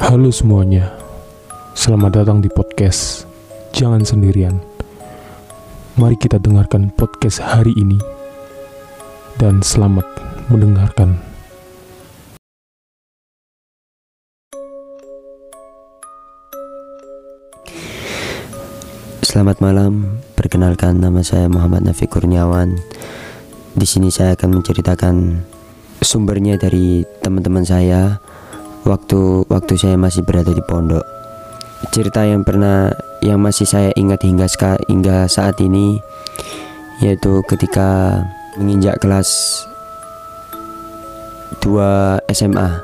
Halo semuanya, selamat datang di podcast Jangan Sendirian. Mari kita dengarkan podcast hari ini dan selamat mendengarkan. Selamat malam, perkenalkan nama saya Muhammad Nafi Kurniawan. Di sini saya akan menceritakan sumbernya dari teman-teman saya waktu saya masih berada di pondok. Cerita yang masih saya ingat hingga saat ini, yaitu ketika menginjak kelas 2 SMA,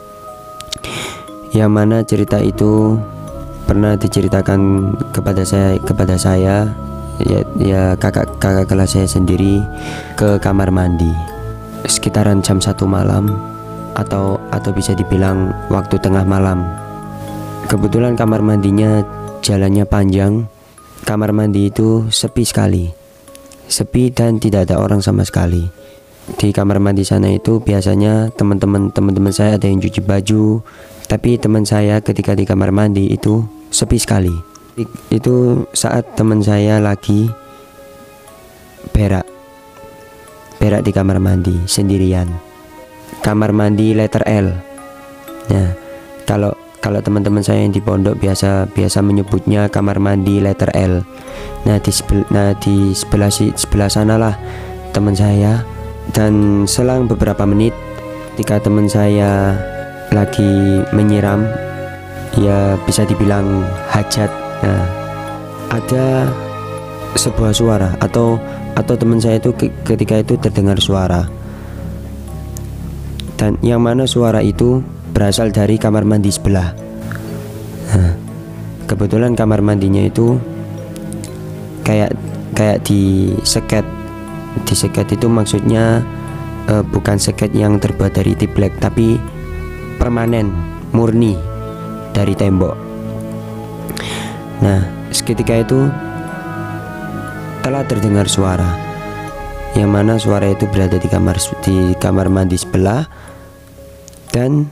yang mana cerita itu pernah diceritakan kepada saya ya kakak kelas saya sendiri ke kamar mandi sekitaran jam 1 malam atau bisa dibilang waktu tengah malam. Kebetulan kamar mandinya jalannya panjang. Kamar mandi itu sepi sekali, sepi dan tidak ada orang sama sekali. Di kamar mandi sana itu biasanya teman-teman saya ada yang cuci baju, tapi teman saya ketika di kamar mandi itu sepi sekali. Itu saat teman saya lagi berak di kamar mandi sendirian. Kamar mandi letter L. Nah, kalau teman-teman saya yang di pondok biasa menyebutnya kamar mandi letter L. Nah, di sebelah sanalah teman saya. Dan selang beberapa menit ketika teman saya lagi menyiram, ya bisa dibilang hajat. Nah, ada sebuah suara atau teman saya itu ketika itu terdengar suara. Dan yang mana suara itu berasal dari kamar mandi sebelah. Nah, kebetulan kamar mandinya itu kayak diseket. Diseket itu maksudnya bukan seket yang terbuat dari tiplek, tapi permanen, murni dari tembok. Nah, seketika itu telah terdengar suara, yang mana suara itu berada di kamar mandi sebelah, dan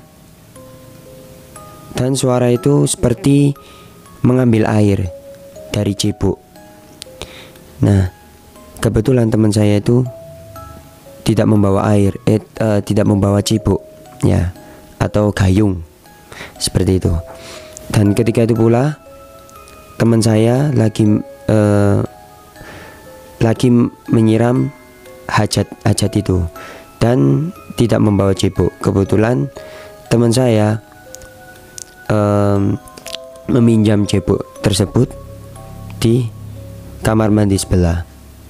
suara itu seperti mengambil air dari cebok. Nah, kebetulan teman saya itu tidak membawa air, tidak membawa cebok, ya, atau gayung seperti itu. Dan ketika itu pula teman saya lagi menyiram hajat itu dan tidak membawa cebok. Kebetulan teman saya meminjam cebok tersebut di kamar mandi sebelah.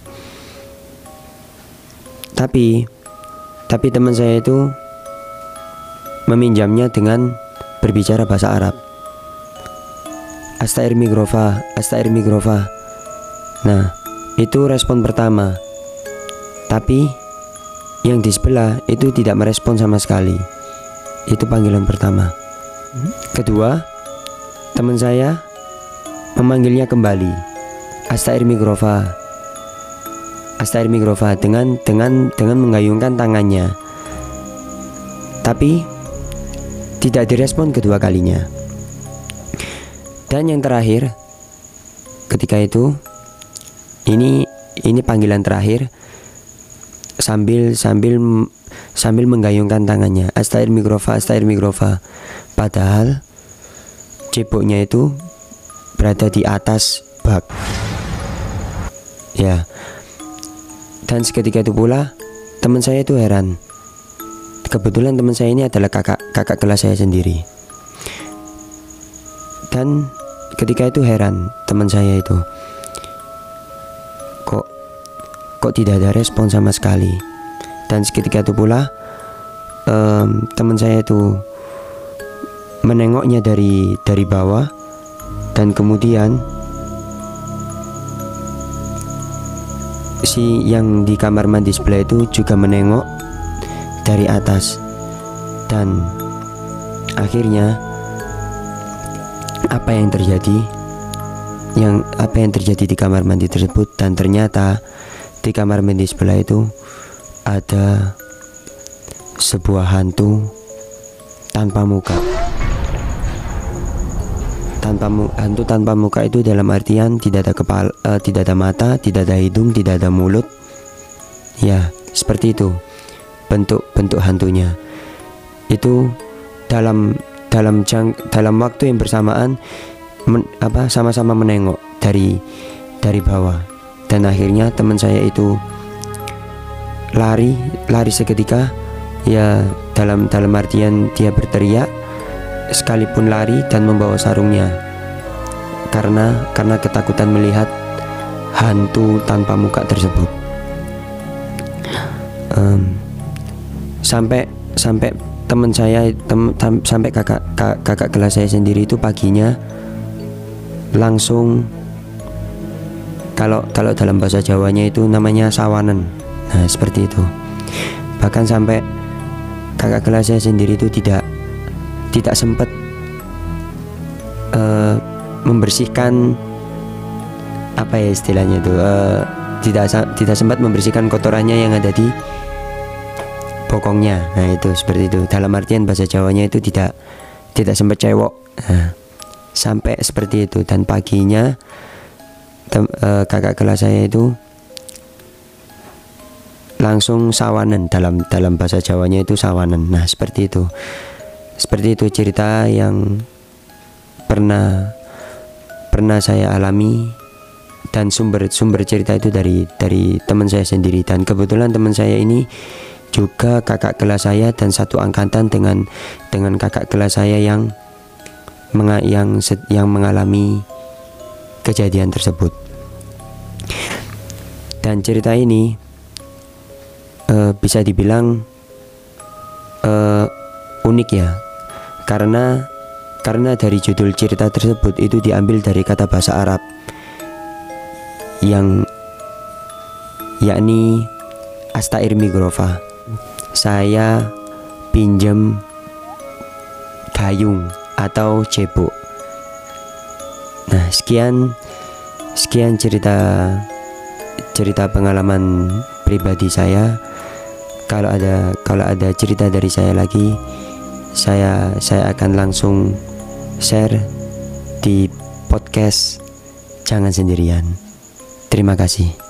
Tapi teman saya itu meminjamnya dengan berbicara bahasa Arab. Astaghfir migrofa. Nah, itu respon pertama. Tapi yang di sebelah itu tidak merespon sama sekali. Itu panggilan pertama. Kedua, teman saya memanggilnya kembali. Astaghfir migrofa dengan menggayungkan tangannya. Tapi tidak direspon kedua kalinya. Dan yang terakhir, ketika itu ini panggilan terakhir sambil menggayungkan tangannya. Astaghfir migrofa. Padahal ceboknya itu berada di atas bak. Ya. Dan seketika itu pula teman saya itu heran. Kebetulan teman saya ini adalah kakak kelas saya sendiri. Dan ketika itu heran teman saya itu, kok tidak ada respon sama sekali. Dan seketika itu pula teman saya itu menengoknya dari bawah, dan kemudian si yang di kamar mandi sebelah itu juga menengok dari atas. Dan akhirnya apa yang terjadi di kamar mandi tersebut, dan ternyata di kamar mandi sebelah itu ada sebuah hantu tanpa muka. hantu tanpa muka itu dalam artian tidak ada kepala, tidak ada mata, tidak ada hidung, tidak ada mulut. Ya, seperti itu bentuk hantunya. Itu dalam waktu yang bersamaan sama-sama menengok dari bawah, dan akhirnya teman saya itu lari seketika. Ya, dalam artian dia berteriak sekalipun lari dan membawa sarungnya karena ketakutan melihat hantu tanpa muka tersebut. Sampai teman saya, sampai kakak kelas saya sendiri itu paginya langsung, kalau dalam bahasa Jawanya itu namanya sawanen. Nah, seperti itu. Bahkan sampai kakak kelas saya sendiri itu tidak sempat membersihkan, apa ya istilahnya itu, tidak sempat membersihkan kotorannya yang ada di bokongnya. Nah, itu seperti itu. Dalam artian bahasa Jawanya itu tidak sempat cewek. Nah, sampai seperti itu. Dan paginya kakak kelas saya itu langsung sawanen. Dalam bahasa Jawanya itu sawanen. Nah, seperti itu cerita yang pernah saya alami, dan sumber cerita itu dari teman saya sendiri. Dan kebetulan teman saya ini juga kakak kelas saya dan satu angkatan dengan kakak kelas saya yang mengalami kejadian tersebut. Dan cerita ini bisa dibilang unik ya, karena dari judul cerita tersebut itu diambil dari kata bahasa Arab yang yakni astair migrofa. Saya pinjam gayung atau cebok. Nah, sekian cerita pengalaman pribadi saya. Kalau ada cerita dari saya lagi, saya akan langsung share di podcast Jangan Sendirian. Terima kasih.